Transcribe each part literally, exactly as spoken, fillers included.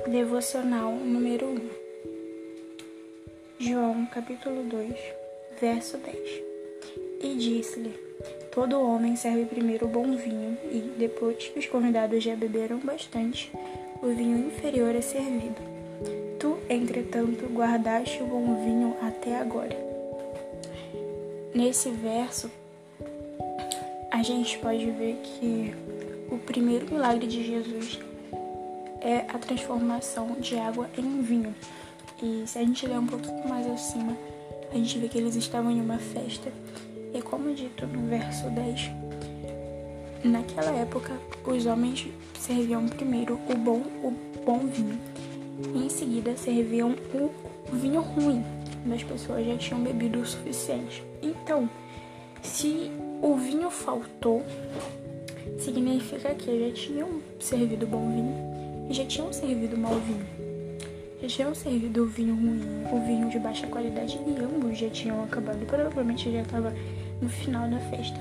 Devocional número um. João, capítulo dois, verso dez. E disse-lhe: todo homem serve primeiro o bom vinho, e, depois que os convidados já beberam bastante, o vinho inferior é servido. Tu, entretanto, guardaste o bom vinho até agora. Nesse verso, a gente pode ver que o primeiro milagre de Jesus é a transformação de água em vinho. E se a gente ler um pouquinho mais acima, a gente vê que eles estavam em uma festa. E como dito no verso dez, naquela época, os homens serviam primeiro o bom, o bom vinho. E em seguida, serviam o vinho ruim, quando as pessoas já tinham bebido o suficiente. Então, se o vinho faltou, significa que já tinham servido bom vinho e já tinham servido mau vinho. Já tinham servido o vinho ruim, o vinho de baixa qualidade, e ambos já tinham acabado. Provavelmente já estava no final da festa.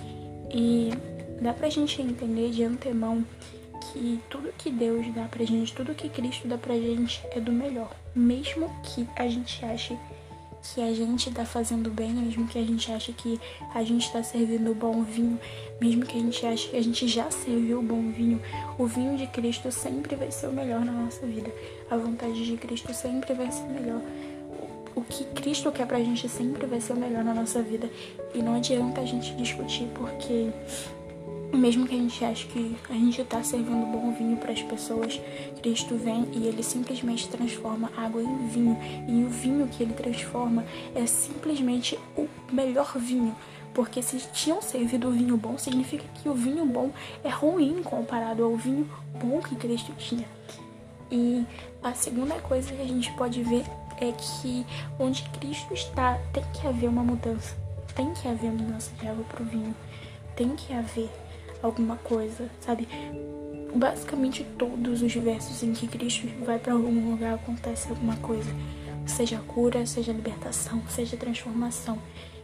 E dá pra gente entender de antemão que tudo que Deus dá pra gente, tudo que Cristo dá pra gente é do melhor. Mesmo que a gente ache que a gente tá fazendo bem, mesmo que a gente ache que a gente tá servindo bom vinho, mesmo que a gente ache que a gente já serviu o bom vinho, o vinho de Cristo sempre vai ser o melhor na nossa vida. A vontade de Cristo sempre vai ser melhor. O que Cristo quer pra gente sempre vai ser o melhor na nossa vida. E não adianta a gente discutir, porque mesmo que a gente ache que a gente tá servindo bom vinho para as pessoas, Cristo vem e ele simplesmente transforma água em vinho. E o vinho que ele transforma é simplesmente o melhor vinho. Porque se tinham servido o vinho bom, significa que o vinho bom é ruim comparado ao vinho bom que Cristo tinha. E a segunda coisa que a gente pode ver é que onde Cristo está, tem que haver uma mudança. Tem que haver mudança de água pro vinho. Tem que haver alguma coisa, sabe? Basicamente todos os versos em que Cristo vai para algum lugar acontece alguma coisa. Seja cura, seja libertação, seja transformação.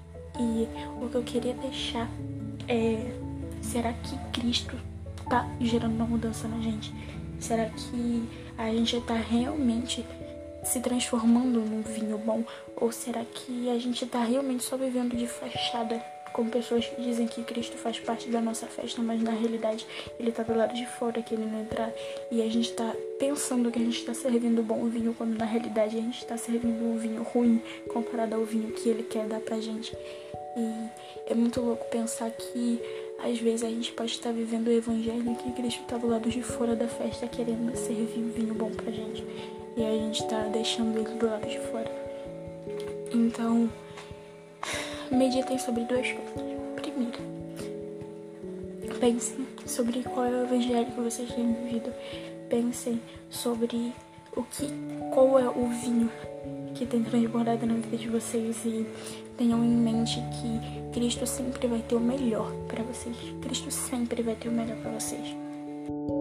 E o que eu queria deixar é: será que Cristo tá gerando uma mudança na gente? Será que a gente tá realmente se transformando num vinho bom? Ou será que a gente tá realmente só vivendo de fachada, com pessoas que dizem que Cristo faz parte da nossa festa, mas na realidade ele tá do lado de fora querendo entrar, e a gente tá pensando que a gente tá servindo bom vinho, quando na realidade a gente tá servindo um vinho ruim comparado ao vinho que ele quer dar pra gente. E é muito louco pensar que às vezes a gente pode estar vivendo o evangelho que Cristo tá do lado de fora da festa querendo servir um vinho bom pra gente, e a gente tá deixando ele do lado de fora. Então, meditem sobre duas coisas. Primeiro, pensem sobre qual é o evangelho que vocês têm vivido. Pensem sobre o que, qual é o vinho que tem transbordado na vida de vocês, e tenham em mente que Cristo sempre vai ter o melhor para vocês. Cristo sempre vai ter o melhor para vocês.